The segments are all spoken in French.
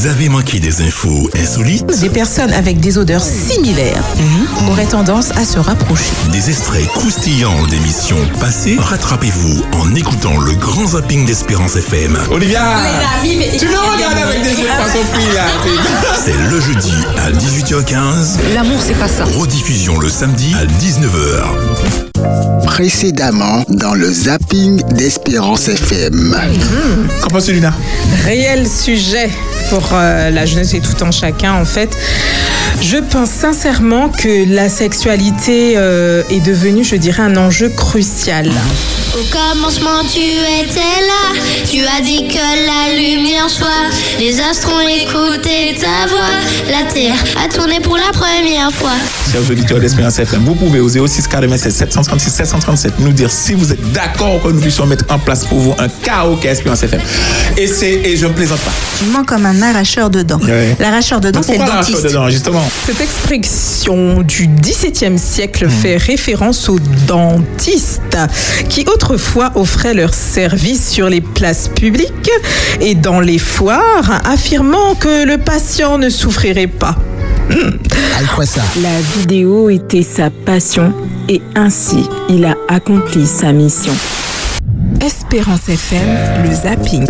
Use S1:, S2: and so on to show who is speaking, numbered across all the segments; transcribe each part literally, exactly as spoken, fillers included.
S1: Vous avez manqué des infos insolites?
S2: Des personnes avec des odeurs similaires mmh. auraient tendance à se rapprocher.
S1: Des extraits croustillants d'émissions passées? Rattrapez-vous en écoutant le grand zapping d'Espérance F M.
S3: Olivia, tu me regardes avec des yeux de poisson frit là.
S1: C'est le jeudi à dix-huit heures quinze.
S4: L'amour, c'est pas ça.
S1: Rediffusion le samedi à dix-neuf heures.
S5: Précédemment dans le zapping d'Espérance F M.
S3: Mmh. Qu'en penses-tu, Lina?
S2: Réel sujet pour euh, la jeunesse et tout en chacun, en fait. Je pense sincèrement que la sexualité euh, est devenue, je dirais, un enjeu crucial.
S6: Au commencement, tu étais là. Tu as dit que la lumière soit. Les astres ont écouté ta voix. La terre a tourné pour la première fois.
S3: Chers auditeurs d'Espérance F M, vous pouvez au zéro six quatre-vingt-sept sept cent trente-six sept cent trente-sept nous dire si vous êtes d'accord que nous puissions mettre en place pour vous un karaoké Espérance F M. Et, c'est, et je ne plaisante pas.
S7: Tu mens comme un arracheur de dents.
S3: Ouais.
S7: L'arracheur de dents, c'est le dentiste.
S3: L'arracheur de dents, justement.
S2: Cette expression du dix-septième siècle mmh. fait référence aux dentistes qui autrefois offraient leurs services sur les places publiques et dans les foires, affirmant que le patient ne souffrirait pas. Mmh.
S5: Ah, quoi ça?
S8: La vidéo était sa passion et ainsi il a accompli sa mission.
S2: Espérance F M, le zapping.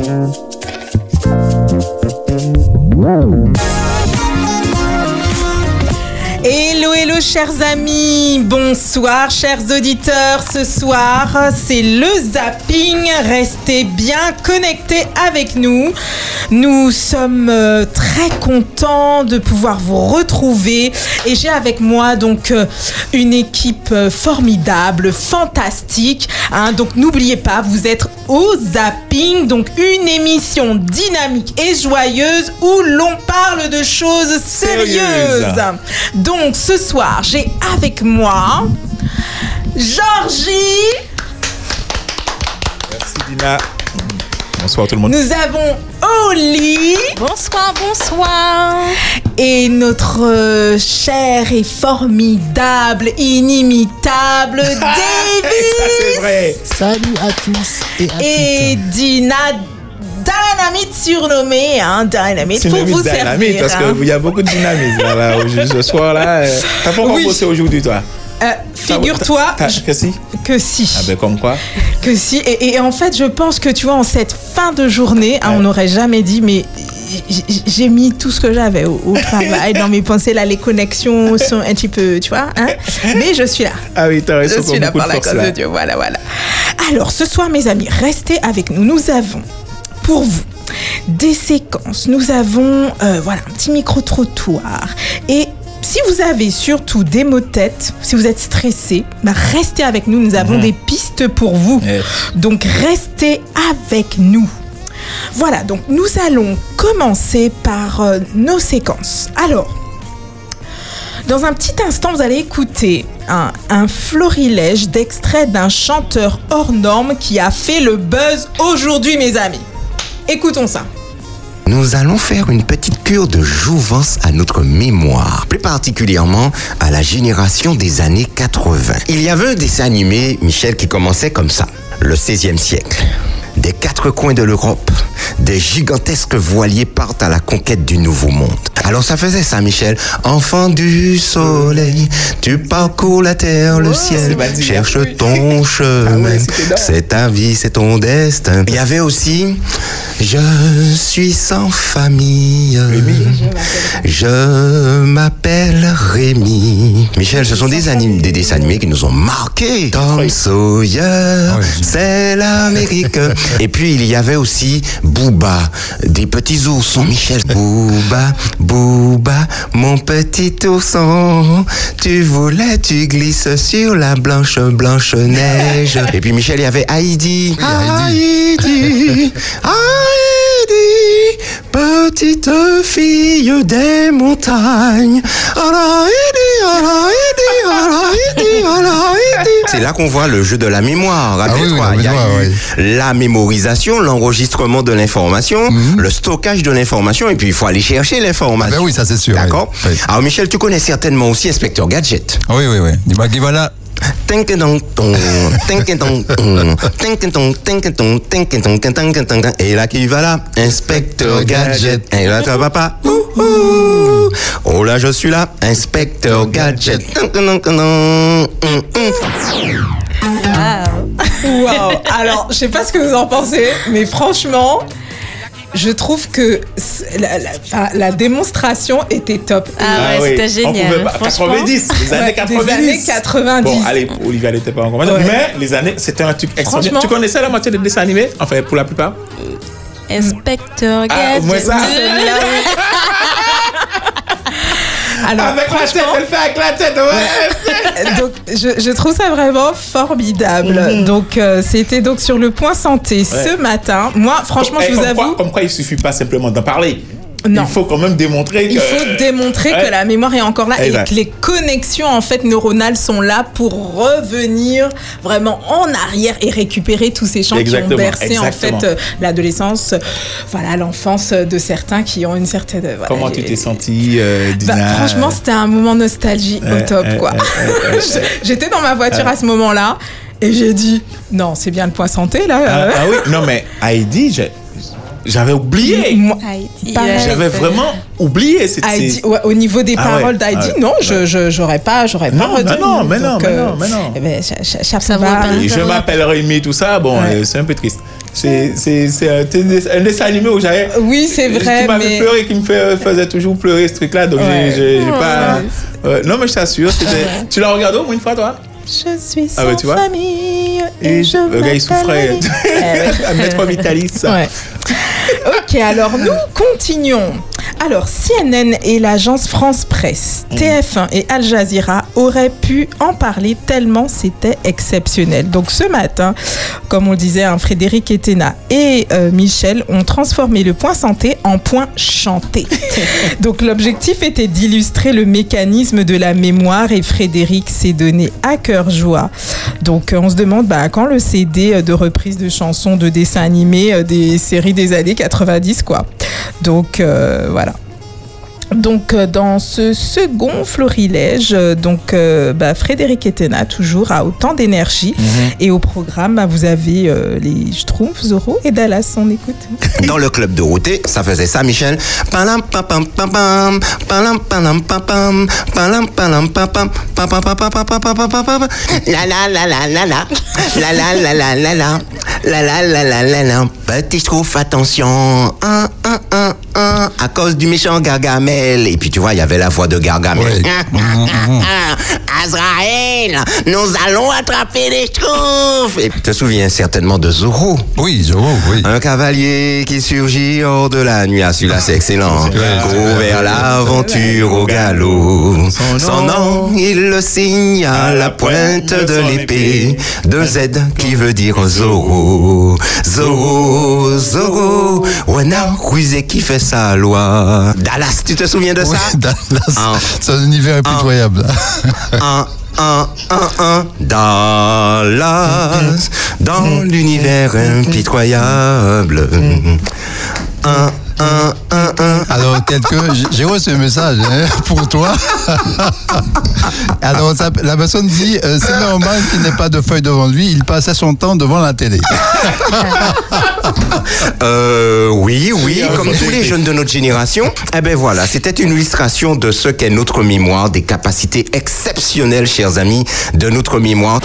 S2: Hello, hello, chers amis. Bonsoir, chers auditeurs. Ce soir, c'est le zapping. Restez bien connectés avec nous. Nous sommes euh, très contents de pouvoir vous retrouver. Et j'ai avec moi donc euh, une équipe euh, formidable, fantastique. Hein. Donc, n'oubliez pas, vous êtes au zapping. Donc, une émission dynamique et joyeuse où l'on parle de choses sérieuses. Sérieuse. Donc, Donc, ce soir, j'ai avec moi Georgie.
S3: Merci, Dina. Bonsoir tout le monde.
S2: Nous avons Oli.
S7: Bonsoir, bonsoir.
S2: Et notre euh, cher et formidable, inimitable Davis.
S3: Ça, c'est vrai.
S5: Salut à tous et à
S2: Et
S5: toutes.
S2: Dina Dynamite surnommée, hein, Dynamite, pour vous
S3: dynamite,
S2: servir.
S3: Parce
S2: hein.
S3: qu'il y a beaucoup de dynamisme là, ce soir-là. Euh, t'as pas encore
S2: Oui.
S3: bossé aujourd'hui, toi?
S2: Euh, figure-toi
S3: t'as, t'as, que si
S2: que si.
S3: Ah ben comme quoi?
S2: Que si. Et, et en fait, je pense que tu vois, en cette fin de journée, hein,
S3: ouais.
S2: on n'aurait jamais dit, mais j'ai mis tout ce que j'avais au, au travail, dans mes pensées, là, les connexions sont un petit peu, tu vois, hein. Mais je suis là.
S3: Ah oui, t'as raison.
S2: Je suis là par la grâce de Dieu, voilà, voilà. Alors, ce soir, mes amis, restez avec nous. Nous avons pour vous des séquences. Nous avons euh, voilà, un petit micro-trottoir. Et si vous avez surtout des maux de tête, si vous êtes stressé, bah restez avec nous. Nous avons mmh. des pistes pour vous. Yes. Donc, restez avec nous. Voilà, donc nous allons commencer par euh, nos séquences. Alors, dans un petit instant, vous allez écouter un, un florilège d'extraits d'un chanteur hors norme qui a fait le buzz aujourd'hui, mes amis. Écoutons ça.
S9: Nous allons faire une petite cure de jouvence à notre mémoire, plus particulièrement à la génération des années quatre-vingts. Il y avait un dessin animé, Michel, qui commençait comme ça, le seizième siècle. Des quatre coins de l'Europe, des gigantesques voiliers partent à la conquête du nouveau monde. Alors ça faisait ça, Michel. Enfant du soleil, tu parcours la terre, le oh, ciel, cherche ton chemin. Ah ouais, c'est ta vie, c'est ton destin. Il y avait aussi je suis sans famille. Rémi. Je m'appelle Rémi. Michel, ce sont des, anim- des dessins animés qui nous ont marqués. Tom oui. Sawyer, oui. c'est l'Amérique. Et puis il y avait aussi Booba, des petits oursons, Michel. Booba, Booba, mon petit ourson, tu voulais, tu glisses sur la blanche, blanche neige. Et puis Michel, il y avait Heidi. Heidi, Heidi, Heidi, petite fille des montagnes. C'est là qu'on voit le jeu de la mémoire. Ah oui, oui, il y a mémoire, eu oui. la mémorisation, l'enregistrement de l'information, mm-hmm. le stockage de l'information, et puis il faut aller chercher l'information.
S10: Ah ben oui, ça c'est sûr.
S9: D'accord.
S10: Oui. Oui.
S9: Alors Michel, tu connais certainement aussi Inspecteur Gadget.
S10: Oui, oui, oui. Voilà
S9: Et là qui va là, inspecteur gadget. Et là ça va pas. Oh là je suis là, inspecteur gadget.
S2: Wow. Alors, je sais pas ce que vous en pensez, mais franchement, je trouve que la, la, la démonstration était top.
S7: Ah, ah ouais, oui. C'était génial.
S3: Pas, quatre-vingt-dix, les années
S2: ouais,
S3: quatre-vingt-dix.
S2: Les années quatre-vingt-dix.
S3: Bon, allez, Olivia n'était pas encore maintenant, ouais. Mais les années, c'était un truc extraordinaire. Tu connaissais la moitié des dessins animés? Enfin, pour la plupart.
S7: Inspecteur Gadget.
S3: Ah, moi ça. Alors, avec la tête, elle fait avec la tête, ouais.
S2: Donc, je, je trouve ça vraiment formidable. Mm-hmm. Donc, euh, c'était donc sur le point santé ouais. ce matin. Moi, franchement,
S3: comme,
S2: je vous
S3: comme
S2: avoue.
S3: Quoi, comme quoi, il suffit pas simplement d'en parler.
S2: Non.
S3: Il faut quand même démontrer que...
S2: Il faut démontrer ouais. que la mémoire est encore là exact. Et que les connexions en fait neuronales sont là pour revenir vraiment en arrière et récupérer tous ces champs exactement. Qui ont bercé exactement. En fait euh, l'adolescence, voilà, l'enfance de certains qui ont une certaine... Voilà,
S3: comment tu t'es sentie, euh, Dina?
S2: Bah, franchement, c'était un moment nostalgie euh, au top, euh, quoi. Euh, euh, euh, J'étais dans ma voiture euh, à ce moment-là et j'ai dit, non, c'est bien le point santé, là.
S3: Ah, ah oui, non mais Heidi, j'ai... J'avais oublié.
S2: Moi,
S3: J'avais vraiment oublié. Cette
S2: Heidi, ouais, au niveau des ah paroles ouais, d'Heidi, ah ouais, non, ouais. je, je, j'aurais pas, j'aurais
S3: non,
S2: pas retenu.
S3: Non, mais non, mais euh, non, mais non.
S2: Eh ben, ch- ch- ch- ça
S3: va. Je m'appelle Rémi, tout ça. Bon, ouais. euh, c'est un peu triste. C'est, c'est, c'est un, un dessin animé où j'avais.
S2: Oui, c'est vrai.
S3: Qui m'avait mais... pleuré, qui me fait, faisait toujours pleurer ce truc-là. Donc, ouais. j'ai, j'ai, j'ai pas. Euh, non, mais je t'assure. Ouais. Tu l'as regardé au moins une fois, toi?
S2: Je suis sans
S3: ah bah, tu vois?
S2: famille et, et je le
S3: gars il souffrait à Maître Vitalis.
S2: Ouais. Ok, alors nous continuons. Alors C N N et l'agence France Presse, mmh. T F un et Al Jazeera auraient pu en parler tellement c'était exceptionnel. Donc ce matin, comme on le disait, hein, Frédéric Etena et euh, Michel ont transformé le point santé en point chanté. Donc l'objectif était d'illustrer le mécanisme de la mémoire et Frédéric s'est donné à cœur joie. Donc on se demande bah, quand le C D de reprise de chansons de dessins animés des séries des années quatre-vingt-dix quoi. Donc euh, voilà. Donc dans ce second florilège, donc euh, bah, Frédéric Etena toujours a autant d'énergie mm-hmm. et au programme bah, vous avez euh, les Schtroumpfs, Zorro et Dallas. On écoute.
S9: Dans le club Dorothée, ça faisait ça, Michel. Palam papam papam, palam palam papam, palam palam papam, papam papam papam papam. La la la la la la, la la la la la la, la la la la la la. Petit Schtroumpf, attention, un un un un, à cause du méchant Gargamel. Et puis tu vois, il y avait la voix de Gargamel. Oui. Azraël, nous allons attraper les Schtroumpfs. Et tu te souviens certainement de Zorro.
S4: Oui, Zorro, oui.
S9: Un cavalier qui surgit hors de la nuit. Ah, celui-là, c'est excellent. Court vers l'aventure au galop. Son nom, il le signe à la pointe de l'épée. De Z qui veut dire Zorro. Zorro, Zorro. Wana rusé qui fait sa loi. Dallas, tu te souviens de ça?
S4: Oui, Dallas. Un, c'est un univers impitoyable.
S9: Un, un, un, un, Dallas, dans l'univers impitoyable. Un, un, un, un.
S4: Alors, quelque, j'ai reçu un message hein, pour toi. Alors, ça, la personne dit euh, c'est normal qu'il n'ait pas de feuille devant lui, il passait son temps devant la télé.
S9: euh, oui, oui, comme tous les jeunes de notre génération. Eh bien voilà, c'était une illustration de ce qu'est notre mémoire, des capacités exceptionnelles, chers amis, de notre mémoire.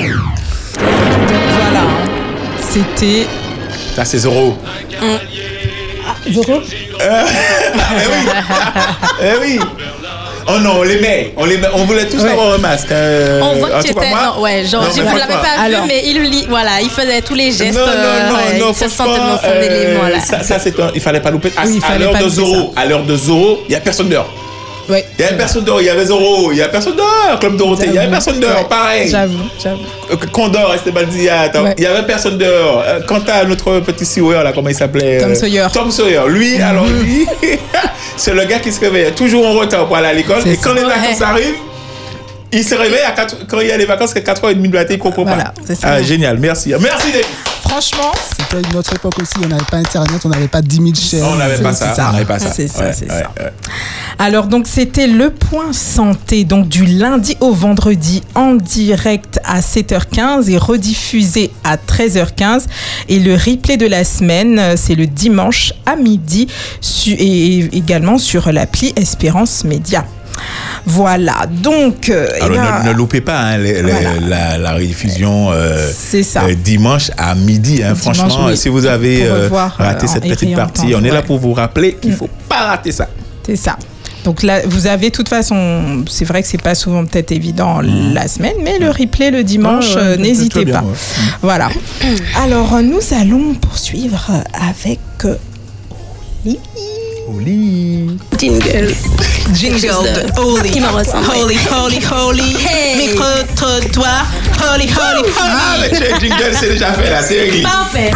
S2: Voilà, c'était.
S3: Ça, c'est Zorro.
S2: Un... Zorro
S3: euh, eh oui. Eh oui. Oh non, on les met. On, les met. On voulait tous ouais. avoir un masque. Euh,
S7: on voit que tu étais... Non, ouais, genre, non, je ne l'avais pas Alors. vu, mais il, li... voilà, il faisait tous les gestes.
S3: Non, non, non,
S7: ouais,
S3: non,
S7: il se sentait dans son euh, élément, là.
S3: Ça, ça c'est un... Il fallait pas louper. À, oui, à l'heure de Zorro, à l'heure de Zorro, il n'y a personne dehors.
S2: Ouais.
S3: Il y avait personne dehors, il y avait Zorro, il y avait personne dehors, Club Dorothée, il y avait personne dehors, ouais. pareil.
S2: J'avoue, j'avoue.
S3: Condor, Esteban Diaz, ouais. il y avait personne dehors. Quant à notre petit sioueur là, comment il s'appelait?
S2: Tom Sawyer.
S3: Tom Sawyer. Lui, mm-hmm. alors lui, c'est le gars qui se réveille toujours en retard pour aller à l'école. C'est et quand ça. les vacances ouais. arrivent, il se réveille à quatre, quand il y a les vacances, c'est quatre heures trente du matin, il comprend voilà, pas. C'est ça. Ah, génial, merci. Merci David.
S2: Franchement,
S5: c'était une autre époque aussi, on n'avait pas internet, on n'avait pas dix mille chaînes.
S3: On n'avait pas ça, ça, on n'avait pas ça.
S2: C'est ça,
S3: ouais,
S2: c'est
S3: ouais,
S2: ça.
S3: Ouais.
S2: Alors donc c'était le point santé, donc du lundi au vendredi en direct à sept heures quinze et rediffusé à treize heures quinze. Et le replay de la semaine, c'est le dimanche à midi su- et également sur l'appli Espérance Média. Voilà, donc... Euh,
S3: Alors,
S2: ben,
S3: ne, ne loupez pas hein, les, voilà. les, la, la rediffusion euh,
S2: c'est ça.
S3: Euh, dimanche à midi. Hein, dimanche, franchement, oui. si vous avez euh, raté euh, cette petite partie, on est ouais. là pour vous rappeler qu'il ne faut mmh. pas rater ça.
S2: C'est ça. Donc là, vous avez de toute façon, c'est vrai que c'est pas souvent peut-être évident mmh. la semaine, mais le replay le dimanche, ah ouais, euh, n'hésitez pas. Bien, ouais. Voilà. Alors, nous allons poursuivre avec euh, Oli.
S3: Oli.
S7: Jingle.
S2: Jingle de Oli.
S7: Qui me ressemble.
S2: Holy, holy, holy. Hey. Micro-trottoir. Holy, holy, holy.
S3: Ah, mais le jingle, c'est déjà fait la série.
S7: Parfait.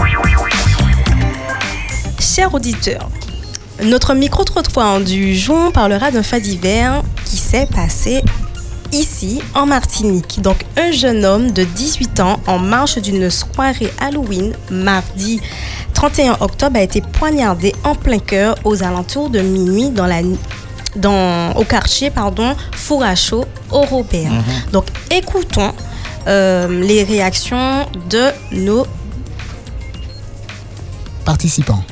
S7: Chers auditeurs, notre micro-trottoir du jour parlera d'un fait divers qui s'est passé ici, en Martinique. Donc, un jeune homme de dix-huit ans, en marge d'une soirée Halloween, mardi trente et un octobre, a été poignardé en plein cœur aux alentours de minuit dans la, dans, au quartier pardon, Four à Chaud, au Robert. Mm-hmm. Donc, écoutons euh, les réactions de nos
S5: participants.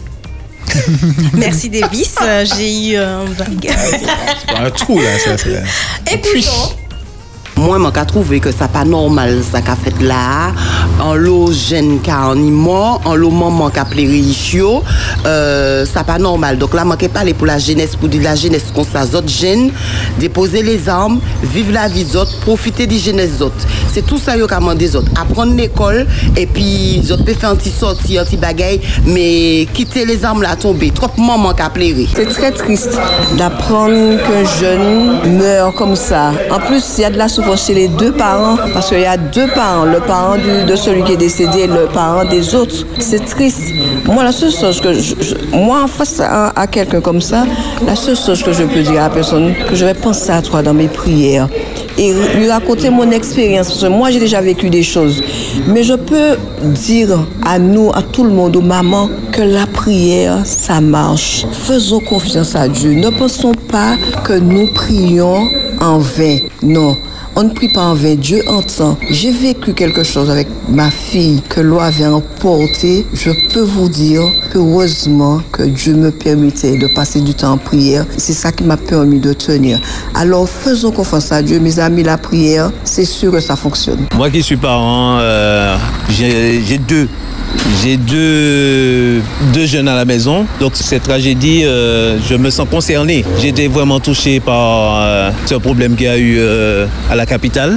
S7: Merci Davis, euh, j'ai eu un bug.
S3: C'est pas un trou là, ça. C'est...
S7: Écoutons.
S10: Moi, je trouve que ça pas normal, ça qu'a fait là. En l'eau jeune qui a mort, en l'eau maman qui a pleuré ichio, euh, ça pas normal. Donc là, je ne pas pour la jeunesse, pour dire la jeunesse comme ça, autres jeunes, déposer les armes, vivre la vie des autres, profiter des jeunesses des autres. C'est tout ça qui a des autres. Apprendre l'école et puis les autres peuvent faire un petit sortie, un petit bagaille, mais quitter les armes là, tomber. Trop de maman qui a pleuré.
S11: C'est très triste d'apprendre qu'un jeune meurt comme ça. En plus, il y a de la souffrance chez les deux parents, parce qu'il y a deux parents, le parent du, de celui qui est décédé et le parent des autres. C'est triste. Moi, la seule chose que je, je, moi, face à, à quelqu'un comme ça, la seule chose que je peux dire à la personne, que je vais penser à toi dans mes prières et lui raconter mon expérience. Parce que moi, j'ai déjà vécu des choses. Mais je peux dire à nous, à tout le monde, aux mamans, que la prière, ça marche. Faisons confiance à Dieu. Ne pensons pas que nous prions en vain. Non. On ne prie pas en vain, Dieu entend. J'ai vécu quelque chose avec ma fille que l'eau avait emporté. Je peux vous dire que heureusement que Dieu me permettait de passer du temps en prière. C'est ça qui m'a permis de tenir. Alors faisons confiance à Dieu, mes amis, la prière, c'est sûr que ça fonctionne.
S12: Moi qui suis parent, euh, j'ai, j'ai deux. J'ai deux, deux jeunes à la maison, donc cette tragédie, euh, je me sens concerné. J'ai été vraiment touché par euh, ce problème qu'il y a eu euh, à la capitale.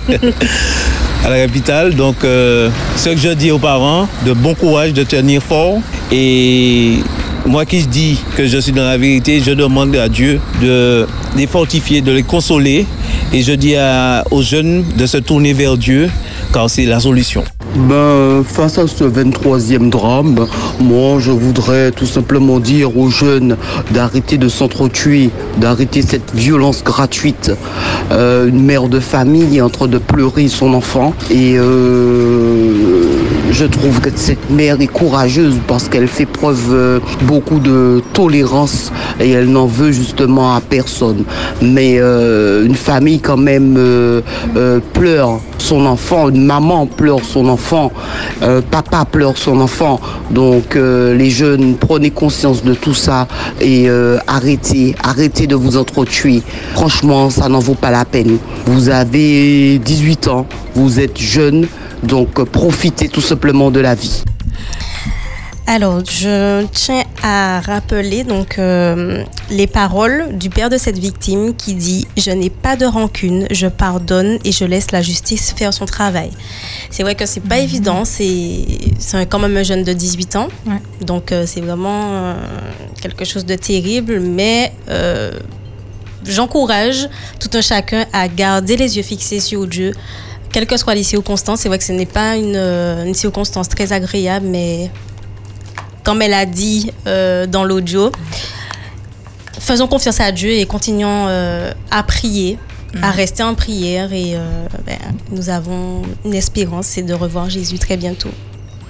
S12: à la capitale, donc euh, ce que je dis aux parents, de bon courage, de tenir fort. Et moi qui dis que je suis dans la vérité, je demande à Dieu de les fortifier, de les consoler. Et je dis à, aux jeunes de se tourner vers Dieu, car c'est la solution.
S10: Ben, face à ce vingt-troisième drame, moi je voudrais tout simplement dire aux jeunes d'arrêter de s'entretuer, d'arrêter cette violence gratuite. Euh, une mère de famille est en train de pleurer son enfant et euh, je trouve que cette mère est courageuse parce qu'elle fait preuve euh, beaucoup de tolérance et elle n'en veut justement à personne. Mais euh, une famille quand même euh, euh, pleure son enfant, une maman pleure son enfant, euh, papa pleure son enfant. Donc euh, les jeunes, prenez conscience de tout ça et euh, arrêtez, arrêtez de vous entretuer. Franchement, ça n'en vaut pas la peine. Vous avez dix-huit ans, vous êtes jeune, donc euh, profitez tout simplement de la vie.
S7: Alors, je tiens à rappeler donc euh, les paroles du père de cette victime qui dit « Je n'ai pas de rancune, je pardonne et je laisse la justice faire son travail ». C'est vrai que c'est pas mmh. évident, c'est, c'est quand même un jeune de dix-huit ans, ouais. donc euh, c'est vraiment euh, quelque chose de terrible, mais euh, j'encourage tout un chacun à garder les yeux fixés sur Dieu, quelles que soient les circonstances. C'est vrai que ce n'est pas une, une circonstance très agréable, mais... Comme elle a dit euh, dans l'audio, faisons confiance à Dieu et continuons euh, à prier, mmh. à rester en prière. Et euh, ben, nous avons une espérance, c'est de revoir Jésus très bientôt.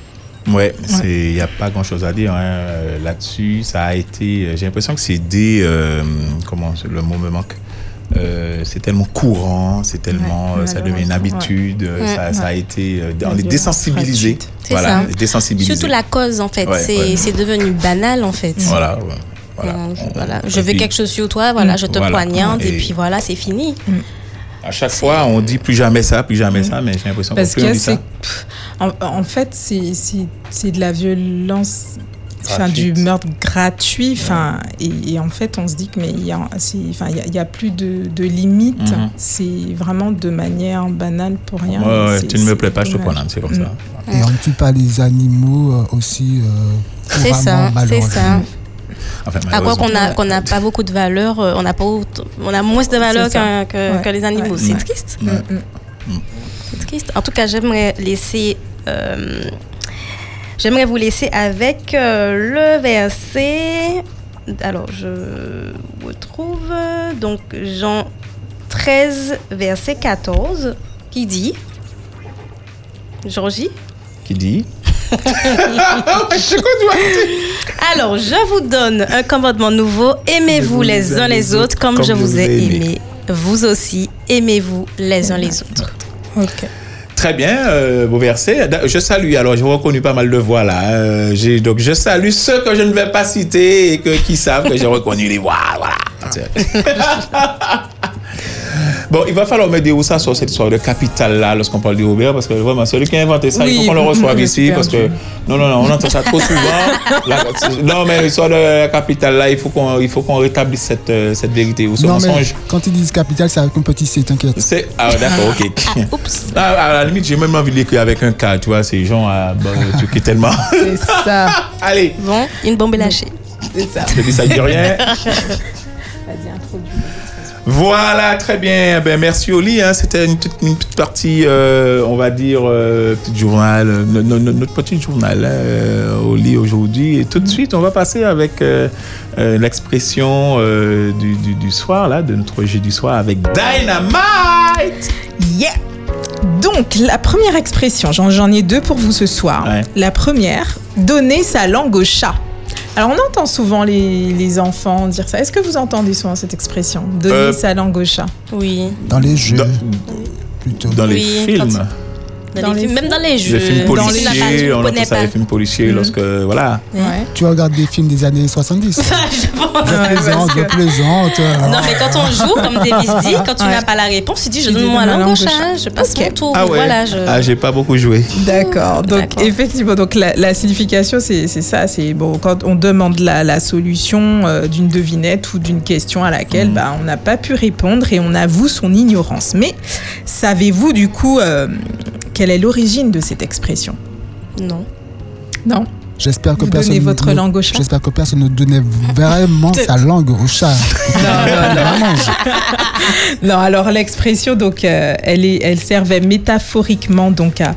S3: Ouais, il ouais. n'y a pas grand-chose à dire hein, là-dessus. Ça a été, j'ai l'impression que c'est des, euh, comment le mot me manque. Euh, c'est tellement courant, c'est tellement, ouais, ça devient une habitude. Ouais. Ça, ouais. ça a été, euh, on est désensibilisé.
S7: C'est
S3: voilà,
S7: ça.
S3: Désensibilisé.
S7: Surtout la cause en fait,
S3: ouais,
S7: c'est,
S3: ouais.
S7: c'est devenu banal en fait.
S3: Voilà. Ouais. Voilà.
S7: Donc, voilà. Je veux puis, quelque chose sur toi, voilà, je te voilà. poignarde et, et puis voilà, c'est fini. Mm.
S3: À chaque c'est... fois, on dit plus jamais ça, plus jamais mmh. ça, mais j'ai l'impression
S2: Parce
S3: qu'on peut
S2: que
S3: dire ça.
S2: En, en fait, c'est, c'est, c'est de la violence, enfin, du meurtre gratuit. Enfin, ouais. et, et en fait, on se dit que mais il y a, enfin, il y a, il y a plus de, de limites. Mmh. C'est vraiment de manière banale pour rien.
S3: Ouais, ouais,
S2: c'est,
S3: tu ne me plais pas, je te poignarde, c'est comme mmh. ça.
S4: Et on ne tue pas les animaux aussi. Euh,
S7: c'est ça, c'est ça.
S3: Enfin,
S7: à quoi qu'on a qu'on n'a pas beaucoup de valeur, on a pas on a moins de valeur que, que, ouais. que les animaux. Ouais. C'est ouais. triste. Ouais. Mm. C'est triste. En tout cas, j'aimerais laisser, euh, j'aimerais vous laisser avec euh, le verset. Alors, je retrouve donc Jean treize verset quatorze qui dit. Georgie.
S3: Qui dit.
S7: Alors, je vous donne un commandement nouveau. Aimez-vous les uns les autres comme, comme je vous ai aimé. aimé. Vous aussi, aimez-vous les uns les autres.
S2: Ok.
S3: Très bien, euh, beau verset. Je salue, alors j'ai reconnu pas mal de voix là. Euh, j'ai, donc je salue ceux que je ne vais pas citer et que, qui savent que j'ai reconnu les voix. Voilà. Bon, il va falloir me dire où ça sur cette histoire de capital là lorsqu'on parle du Robert, parce que vraiment celui qui a inventé ça, oui, il faut qu'on le reçoive ici parce que non non non on entend ça trop souvent. La, non mais l'histoire de la capitale là, il faut qu'on il faut qu'on rétablisse cette cette vérité ou ce
S4: non,
S3: mensonge.
S4: Mais quand ils disent capitale, c'est avec un petit C, t'inquiète.
S3: C'est ah d'accord ok.
S7: Ah, oups.
S3: Ah, à la limite j'ai même envie de l'écrire avec un K, tu vois, c'est genre ah, bon, tu qui tellement.
S2: C'est ça.
S3: Allez.
S7: Bon, une bombe est lâchée.
S2: C'est ça.
S3: Je dis ça dit rien.
S2: Vas-y introduis.
S3: Voilà, très bien. Ben, merci Oli. Hein. C'était une, une petite partie, euh, on va dire, euh, petit journal, euh, notre, notre petit journal, euh, Oli aujourd'hui. Et tout de suite, on va passer avec euh, euh, l'expression euh, du, du, du soir, là, de notre jeu du soir avec Dynamite.
S2: Yeah! Donc, la première expression, j'en, j'en ai deux pour vous ce soir. Ouais. La première, donner sa langue au chat. Alors, on entend souvent les, les enfants dire ça. Est-ce que vous entendez souvent cette expression? Donner euh, sa langue au chat.
S7: Oui.
S4: Dans les jeux.
S3: Dans,
S4: plutôt.
S3: Dans les
S7: oui,
S3: films.
S7: Dans dans les films, même dans les jeux.
S3: Les films policiers, on entend ça, les films policiers, mmh. lorsque, voilà.
S2: Ouais.
S4: Tu regardes des films des années soixante-dix.
S7: Je pense.
S4: Je plaisante, je plaisante.
S7: Non, mais quand on joue, comme Davis dit, quand tu ouais. n'as pas la réponse, tu dis, je donne moi la langue au chat, je passe okay. mon tour.
S3: Ah ouais.
S7: Voilà, je...
S3: Ah, j'ai pas beaucoup joué.
S2: D'accord. Donc, D'accord. effectivement, donc, la, la signification, c'est, c'est ça. C'est bon, quand on demande la, la solution euh, d'une devinette ou d'une question à laquelle mmh. bah, on n'a pas pu répondre et on avoue son ignorance. Mais savez-vous, du coup, euh, quelle est l'origine de cette expression?
S7: Non.
S2: Non.
S4: J'espère que
S2: Vous
S4: personne
S2: donnez votre
S4: ne,
S2: langue au chat.
S4: J'espère que personne ne donnait vraiment sa langue au chat.
S2: Non, non, non. Non, alors l'expression, donc, euh, elle, est, elle servait métaphoriquement donc à,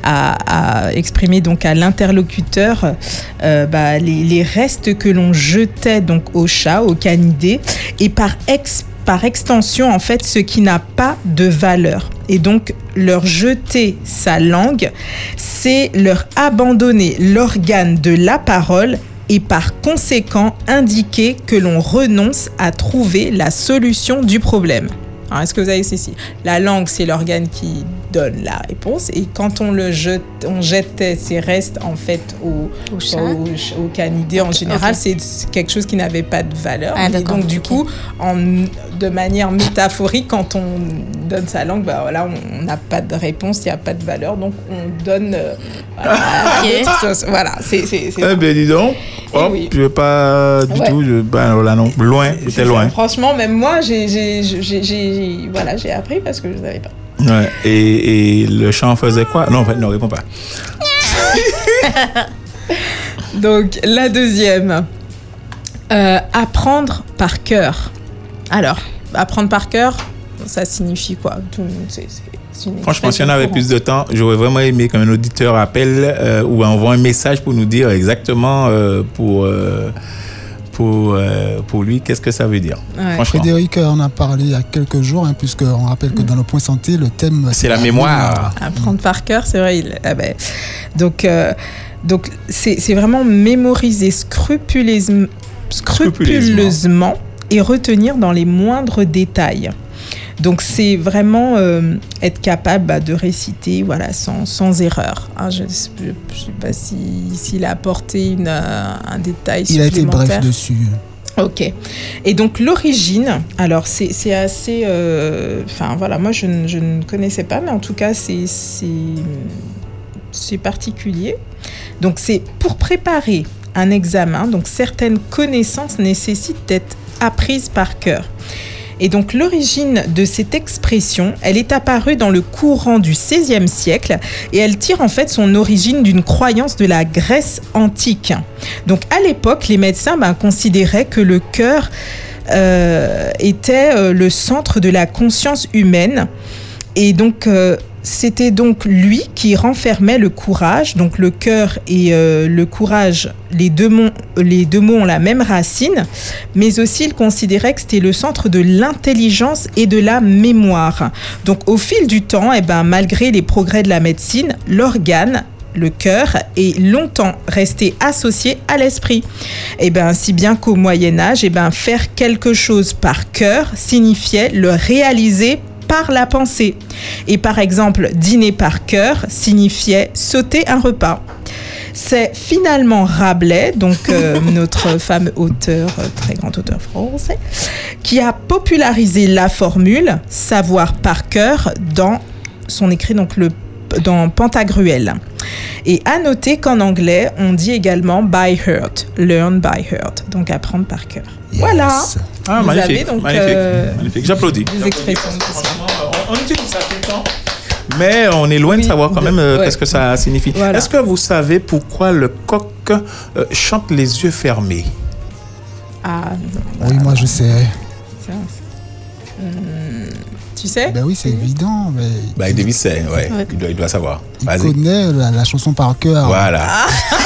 S2: à, à exprimer donc à l'interlocuteur euh, bah, les, les restes que l'on jetait donc au chat, au canidé, et par ex par extension, en fait, ce qui n'a pas de valeur. Et donc, leur jeter sa langue, c'est leur abandonner l'organe de la parole et par conséquent indiquer que l'on renonce à trouver la solution du problème. Alors, est-ce que vous avez ceci? La langue, c'est l'organe qui donne la réponse. Et quand on le jette, on jetait ces restes, en fait, au, au, chat. au, au canidé, en général, okay. c'est quelque chose qui n'avait pas de valeur. Ah, et donc, du okay. coup, en, de manière métaphorique, quand on donne sa langue, bah, voilà, on n'a pas de réponse, il n'y a pas de valeur. Donc, on donne... Euh, voilà, okay. chose, voilà, c'est... c'est, c'est
S3: eh bien, dis donc. Oh, oui. Je ne vais pas du ouais. tout... Je, ben, là, non, loin, c'est, j'étais loin.
S2: Franchement, même moi, j'ai... j'ai, j'ai, j'ai, j'ai voilà, j'ai appris parce que je ne savais pas.
S3: Ouais, et, et le chant faisait quoi? Non, en fait, non, réponds pas.
S2: Donc, la deuxième, euh, apprendre par cœur. Alors, apprendre par cœur, ça signifie quoi? Tout, c'est, c'est
S3: Franchement, si on avait plus de temps, j'aurais vraiment aimé qu'un auditeur appelle euh, ou envoie un message pour nous dire exactement euh, pour... Euh, Pour, euh, pour lui, qu'est-ce que ça veut dire?
S2: Ouais.
S4: Frédéric en a parlé il y a quelques jours, hein, puisqu'on rappelle que dans le point santé, le thème...
S3: C'est, c'est la, la mémoire. mémoire.
S2: Apprendre par cœur, c'est vrai. Il, ah ben, donc, euh, Donc, c'est, c'est vraiment mémoriser scrupuleusement, scrupuleusement et retenir dans les moindres détails. Donc, c'est vraiment euh, être capable bah, de réciter voilà, sans, sans erreur. Hein, je ne sais pas si, s'il a apporté une, euh, un détail
S5: Il
S2: supplémentaire.
S5: Il a été bref dessus.
S2: Ok. Et donc, l'origine, alors, c'est, c'est assez... Enfin, euh, voilà, moi, je, je ne connaissais pas, mais en tout cas, c'est, c'est, c'est particulier. Donc, c'est pour préparer un examen. Donc, certaines connaissances nécessitent d'être apprises par cœur. Et donc, l'origine de cette expression, elle est apparue dans le courant du seizième siècle et elle tire en fait son origine d'une croyance de la Grèce antique. Donc, à l'époque, les médecins ben, considéraient que le cœur euh, était euh, le centre de la conscience humaine. Et donc, euh, c'était donc lui qui renfermait le courage. Donc, le cœur et euh, le courage, les deux, mots, les deux mots ont la même racine. Mais aussi, il considérait que c'était le centre de l'intelligence et de la mémoire. Donc, au fil du temps, eh ben, malgré les progrès de la médecine, l'organe, le cœur, est longtemps resté associé à l'esprit. Et ben, si bien qu'au Moyen-Âge, eh ben, faire quelque chose par cœur signifiait le réaliser par la pensée. Et par exemple, dîner par cœur signifiait sauter un repas. C'est finalement Rabelais, donc euh, notre fameux auteur, euh, très grand auteur français, qui a popularisé la formule savoir par cœur dans son écrit donc le dans Pantagruel. Et à noter qu'en anglais, on dit également by heart, learn by heart, donc apprendre par cœur. Yes. Voilà.
S3: Ah,
S2: vous
S3: magnifique,
S2: avez donc
S3: magnifique,
S2: euh,
S3: magnifique. J'applaudis.
S2: Des expressions.
S3: On, on utilise ça tout le temps, mais on est loin oui, de savoir quand même euh, ouais. qu'est-ce que ça signifie. Voilà. Est-ce que vous savez pourquoi le coq euh, chante les yeux fermés?
S2: Ah non.
S5: Oui, moi je sais.
S2: Ça, hum, tu sais?
S5: Ben oui, c'est évident. Mais
S3: bah, Davis sait, ouais. ouais. Il, doit, il doit savoir.
S5: Il Vas-y. connaît la, la chanson par cœur.
S3: Voilà. Ah.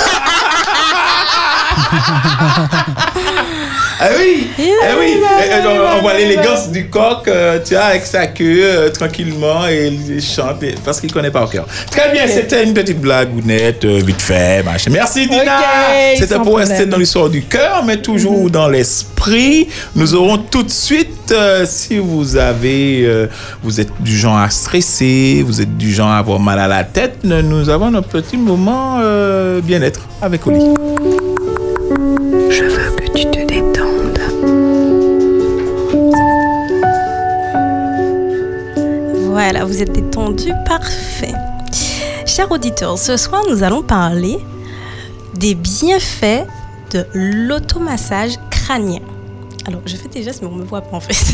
S3: Ah oui, ah oui. Et, on, on voit l'élégance du coq, euh, tu vois, avec sa queue, euh, tranquillement, et il chante parce qu'il connaît par cœur. Très bien, okay. C'était une petite blagounette, euh, vite fait, machin. Merci Dina. Okay, c'était pour problème. Rester dans l'histoire du cœur, mais toujours mm-hmm. dans l'esprit. Nous aurons tout de suite, euh, si vous avez, euh, vous êtes du genre à stresser, vous êtes du genre à avoir mal à la tête, nous avons notre petit moment euh, bien-être avec Oli.
S13: Je veux que tu te détendes.
S7: Voilà, vous êtes détendus, parfait. Chers auditeurs, ce soir, nous allons parler des bienfaits de l'automassage crânien. Alors, je fais déjà, mais on ne me voit pas en fait.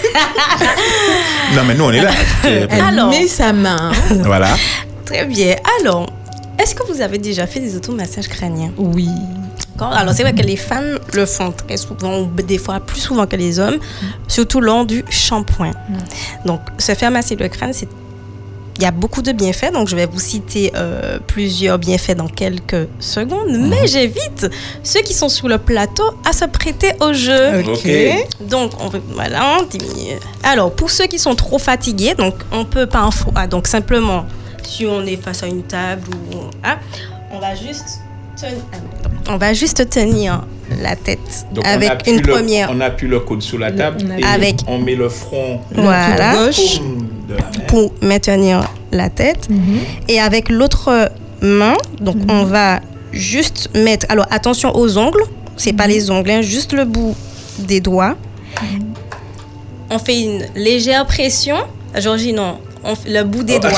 S3: Non, mais nous, on est là.
S2: Elle Alors, met sa main.
S3: Voilà.
S7: Très bien. Alors, est-ce que vous avez déjà fait des automassages crâniens?
S2: Oui.
S7: Alors, c'est vrai que les femmes le font très souvent, ou des fois plus souvent que les hommes, mmh. surtout lors du shampoing. Mmh. Donc, se faire masser le crâne, c'est... il y a beaucoup de bienfaits. Donc, je vais vous citer euh, plusieurs bienfaits dans quelques secondes. Mmh. Mais j'invite ceux qui sont sur le plateau à se prêter au jeu.
S3: OK.
S7: Donc, on peut... voilà, on diminue. Alors, pour ceux qui sont trop fatigués, donc, on peut pas... Ah, donc, simplement, si on est face à une table ou... Ah, on va juste... On va juste tenir la tête. Donc avec une
S3: le,
S7: première.
S3: On appuie le coude sur la table le, et avec, on met le front
S7: voilà,
S3: gauche
S7: pour maintenir la tête. Mm-hmm. Et avec l'autre main, donc mm-hmm. on va juste mettre. Alors attention aux ongles, c'est mm-hmm. pas les ongles, hein, juste le bout des doigts. Mm-hmm. On fait une légère pression. Georgie, non. On fait le bout des doigts.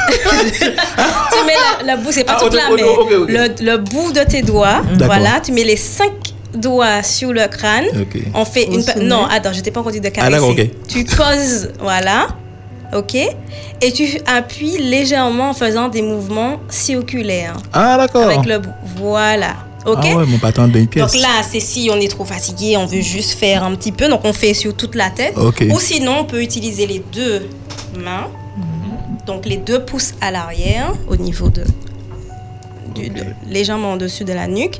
S7: Tu mets la, la bout, c'est pas ah, toute okay, la main. Okay, okay. Le, le bout de tes doigts, d'accord. Voilà. Tu mets les cinq doigts sur le crâne. Okay. On fait une. Pa- non, attends, je t'ai pas encore dit de caresser. Ah, okay. Tu poses, voilà. Ok. Et tu appuies légèrement en faisant des mouvements circulaires.
S3: Ah, d'accord.
S7: Avec le bout. Voilà. Ok.
S3: Ah ouais, mon patron d'une pièce.
S7: Donc là, c'est si on est trop fatigué, on veut juste faire un petit peu. Donc on fait sur toute la tête.
S3: Okay.
S7: Ou sinon, on peut utiliser les deux mains. Donc, les deux pouces à l'arrière, au niveau de, du, okay. de légèrement au-dessus de la nuque.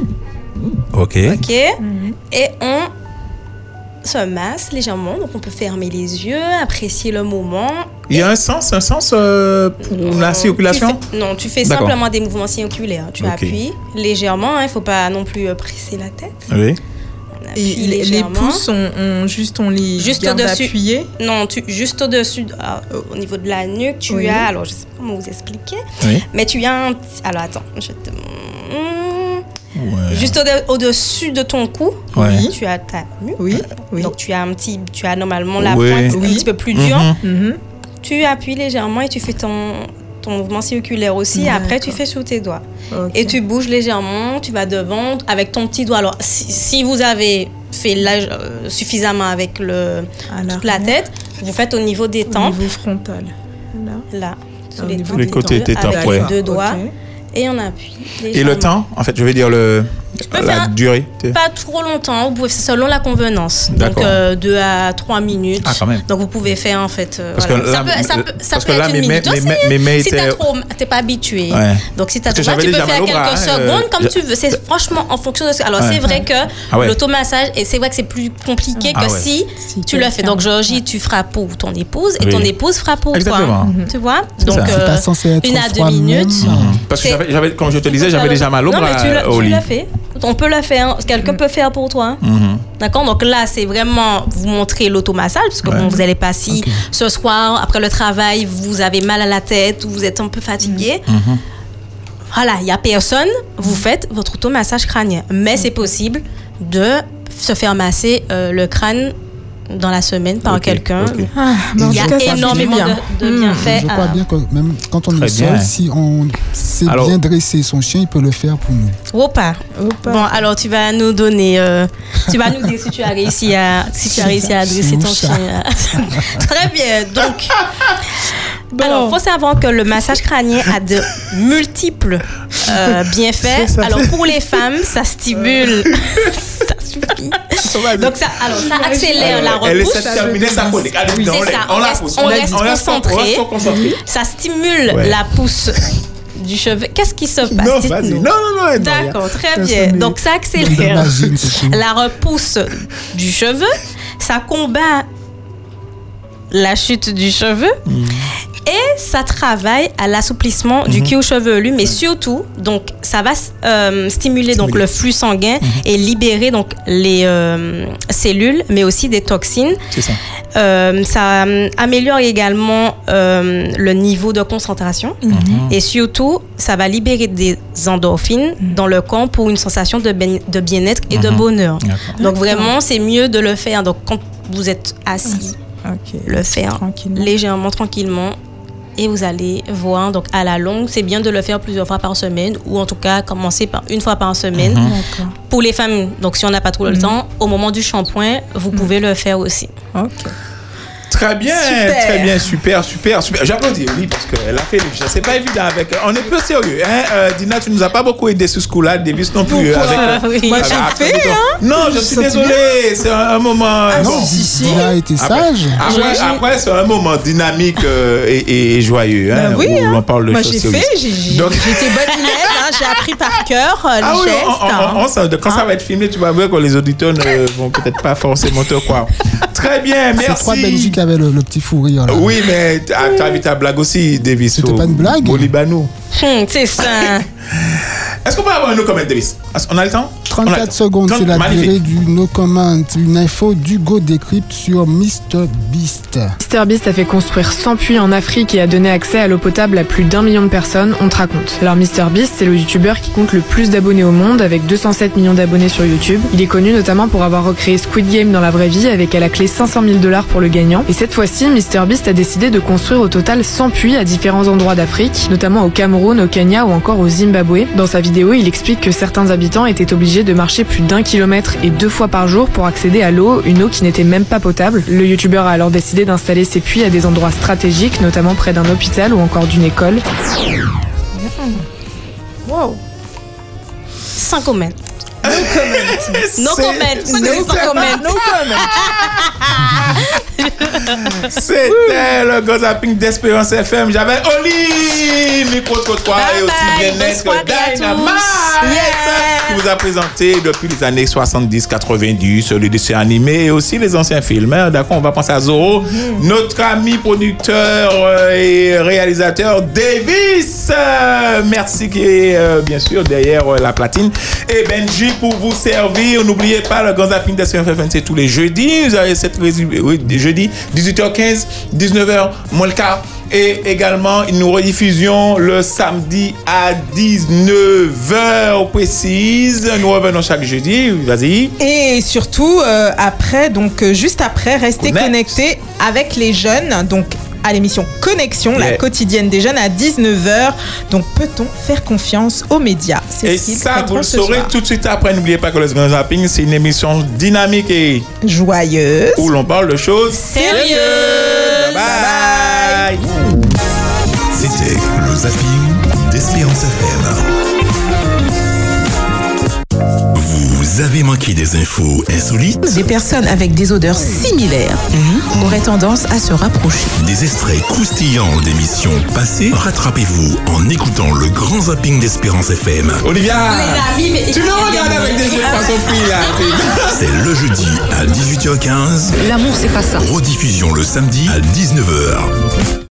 S3: OK.
S7: OK. Mm-hmm. Et on se masse légèrement. Donc, on peut fermer les yeux, apprécier le moment.
S3: Il y a un sens, un sens euh, pour euh, la circulation?
S7: Tu fais, non, tu fais D'accord. simplement des mouvements circulaires. Tu okay. appuies légèrement, il hein, ne faut pas non plus presser la tête.
S3: Oui.
S2: Et les, les pouces, on, on, juste on les juste garde appuyés?
S7: Non, tu, juste au-dessus, euh, au niveau de la nuque, tu oui. as, alors je ne sais pas comment vous expliquer,
S3: oui.
S7: mais tu as un, alors attends, je te... Ouais. Juste au- au-dessus de ton cou,
S3: ouais.
S7: tu as ta nuque.
S2: Oui. oui.
S7: Donc tu as un petit, tu as normalement la
S3: oui.
S7: pointe
S2: oui.
S7: un petit peu plus dure.
S2: Mm-hmm. Mm-hmm.
S7: Tu appuies légèrement et tu fais ton, ton mouvement circulaire aussi.
S2: D'accord.
S7: Après, tu fais sur tes doigts.
S2: Okay.
S7: Et tu bouges légèrement, tu vas devant avec ton petit doigt. Alors, si, si vous avez fait l'âge, euh, suffisamment avec le, toute la tête, vous faites au niveau des tempes.
S2: Au niveau frontal.
S7: Là. Là.
S2: Sur
S7: les,
S3: les côtés des tempes,
S7: avec
S3: ouais.
S7: les deux doigts.
S2: Okay.
S7: Et on appuie.
S3: Et le temps, en fait, je vais dire le, la durée.
S7: Pas trop longtemps, vous pouvez, selon la convenance.
S3: D'accord.
S7: Donc euh, deux à trois minutes.
S3: Ah, quand même.
S7: Donc vous pouvez faire en fait. Euh,
S3: parce
S7: voilà.
S3: que là,
S7: ça peut, ça peut, ça
S3: parce
S7: peut
S3: que
S7: être
S3: là,
S7: une
S3: mes,
S7: minute.
S3: mes,
S7: Donc,
S3: mes, mes
S7: si
S3: étaient...
S7: t'as trop, t'es pas habitué.
S3: Ouais.
S7: Donc si t'as trop
S3: mal,
S7: tu peux faire quelques
S3: bras,
S7: secondes
S3: euh,
S7: comme
S3: je...
S7: tu veux. C'est franchement en fonction de ce. Alors ouais. c'est vrai que
S3: ah ouais.
S7: l'automassage, et c'est vrai que c'est plus compliqué
S3: ah
S7: que
S3: ouais.
S7: si, si tu le fais. Donc Georgie, tu feras pour ton épouse et
S3: oui.
S7: ton épouse fera pour
S3: Exactement.
S7: toi. Tu vois. Donc
S5: une
S7: à deux minutes.
S3: Parce que j'avais, comme je te disais, j'avais déjà mal au bras au lit.
S7: Fait. On peut le faire, quelqu'un mmh. peut faire pour toi.
S3: Mmh.
S7: D'accord? Donc là, c'est vraiment vous montrer l'automassage, parce que ouais. bon, vous n'allez pas si okay. ce soir, après le travail, vous avez mal à la tête ou vous êtes un peu fatigué. Mmh. Voilà, il n'y a personne, vous faites votre automassage crânien. Mais mmh. c'est possible de se faire masser euh, le crâne dans la semaine par okay. quelqu'un. Okay.
S2: Ah,
S7: il y a cas, énormément de, de bienfaits.
S5: Je crois à... bien que même quand on
S3: Très
S5: est seul,
S3: bien.
S5: si on sait alors, bien dresser son chien, il peut le faire pour nous.
S7: Opa. Opa. Bon, alors tu vas nous donner, euh, tu vas nous dire si tu as réussi à, si tu as réussi à dresser ton chien. Très bien. Donc, bon. Alors, faut savoir que le massage crânien a de multiples euh, bienfaits. Alors pour les femmes, ça stimule. Ça suffit. Donc ça, alors ça accélère alors, la repousse.
S3: Elle essaie de terminer sa chronique.
S7: C'est ça. On, on la pousse. On, on reste concentré. concentré. Ça stimule ouais. la pousse du cheveu. Qu'est-ce qui se passe?
S3: Non, vas-y. Non, non, non.
S7: D'accord, très bien. Donc ça accélère la repousse du cheveu. Ça combat la chute du cheveu. Mmh. Et ça travaille à l'assouplissement mmh. du cuir chevelu, mais surtout, donc, ça va euh, stimuler donc, le flux sanguin mmh. et libérer donc, les euh, cellules, mais aussi des toxines.
S3: C'est ça.
S7: Euh, ça améliore également euh, le niveau de concentration mmh. et surtout, ça va libérer des endorphines mmh. dans le corps pour une sensation de, ben- de bien-être et mmh. de bonheur. D'accord. Donc, vraiment, c'est mieux de le faire. Donc, quand vous êtes assis, okay. le faire tranquillement. légèrement, tranquillement. Et vous allez voir, donc à la longue, c'est bien de le faire plusieurs fois par semaine ou en tout cas commencer par une fois par semaine. Mm-hmm. Pour les femmes, donc si on n'a pas trop mm-hmm. le temps, au moment du shampoing, vous mm-hmm. pouvez le faire aussi.
S2: Ok.
S3: Très bien, super. très bien, super, super, super. J'applaudis, oui, parce qu'elle a fait le jeu. C'est pas évident avec. On est peu sérieux, hein. Euh, Dina, tu nous as pas beaucoup aidé sur ce coup-là, Davis non plus.
S7: Pourquoi?
S3: Avec,
S7: oui.
S2: Moi, j'ai fait, hein.
S3: Non, je suis désolé, c'est un, un moment.
S5: Ah,
S3: bon.
S5: non, si, si. Il a été sage.
S3: Après, après, après, c'est un moment dynamique euh, et, et joyeux, hein.
S2: Ben oui,
S3: où
S2: hein.
S3: on parle de
S2: Moi,
S3: choses
S2: j'ai
S3: sérieuses.
S2: fait, j'ai, j'ai, Donc... j'ai été bonne élève, hein. J'ai appris par cœur euh, les
S3: ah oui,
S2: gestes.
S3: On, on,
S2: hein.
S3: on, on, quand hein? ça va être filmé, tu vas voir que les auditeurs ne vont peut-être pas forcément te croire. Très bien, merci.
S5: C'est trois Belgiques qui avaient le, le petit fou rire. Là.
S3: Oui, mais tu as vu ta blague aussi, Davis.
S5: C'était pas une blague?
S3: Au Libanou.
S7: Hum, c'est ça.
S3: Est-ce qu'on peut avoir un no comment, Davis? On a le temps?
S5: trente-quatre
S3: le
S5: secondes,
S3: trente,
S5: c'est la
S3: magnifique.
S5: durée du no comment. Une info d'Hugo Décrypte sur mister Beast.
S14: mister Beast a fait construire cent puits en Afrique et a donné accès à l'eau potable à plus d'un million de personnes, on te raconte. Alors mister Beast, c'est le youtubeur qui compte le plus d'abonnés au monde, avec deux cent sept millions d'abonnés sur YouTube. Il est connu notamment pour avoir recréé Squid Game dans la vraie vie, avec à la clé cinq cent mille dollars pour le gagnant. Et cette fois-ci, mister Beast a décidé de construire au total cent puits à différents endroits d'Afrique, notamment au Cameroun, au Kenya ou encore au Zimbabwe. Dans sa vidéo, il explique que certains habitants étaient obligés de marcher plus d'un kilomètre et deux fois par jour pour accéder à l'eau, une eau qui n'était même pas potable. Le youtubeur a alors décidé d'installer ses puits à des endroits stratégiques, notamment près d'un hôpital ou encore d'une école.
S7: Wow. Sans comment.
S3: No
S7: comment. No comment. No comment. No comment.
S3: C'était le Gozapping d'Espérance F M. J'avais Oli, micro-trottoir et aussi bien-être Dynamite. Yes. qui vous a présenté depuis les années soixante-dix quatre-vingt-dix les dessins animés et aussi les anciens films. Hein. D'accord, on va penser à Zorro. Mm-hmm. Notre ami producteur euh, et réalisateur Davis. Euh, merci qui est euh, bien sûr derrière euh, la platine. Et Benji pour vous servir. N'oubliez pas, le Grand Zapping d'Espérance F M, c'est tous les jeudis. Vous avez cette résumé, oui, jeudi, dix-huit heures quinze, dix-neuf heures moins le quart. Et également, nous rediffusions le samedi à dix-neuf heures précise. Nous revenons chaque jeudi. Vas-y.
S2: Et surtout, euh, après, donc euh, juste après, restez Connect. connectés avec les jeunes. Donc, à l'émission Connexion, yeah. la quotidienne des jeunes à dix-neuf heures. Donc, peut-on faire confiance aux médias?
S3: Et ça, vous le saurez tout de suite après. N'oubliez pas que le Grand Zapping, c'est une émission dynamique et
S2: joyeuse
S3: où l'on parle de choses
S2: sérieuses.
S3: Bye bye. bye, bye.
S1: C'était le Zapping d'Espérance F M. Vous avez manqué des infos insolites?
S15: Des personnes avec des odeurs similaires mmh. auraient tendance à se rapprocher.
S1: Des extraits croustillants d'émissions passées? Rattrapez-vous en écoutant le Grand Zapping d'Espérance F M.
S3: Olivia, amis, mais tu me regardes avec des yeux pas surpris là.
S1: C'est le jeudi à dix-huit heures quinze.
S15: L'amour, c'est pas ça.
S1: Rediffusion le samedi à dix-neuf heures.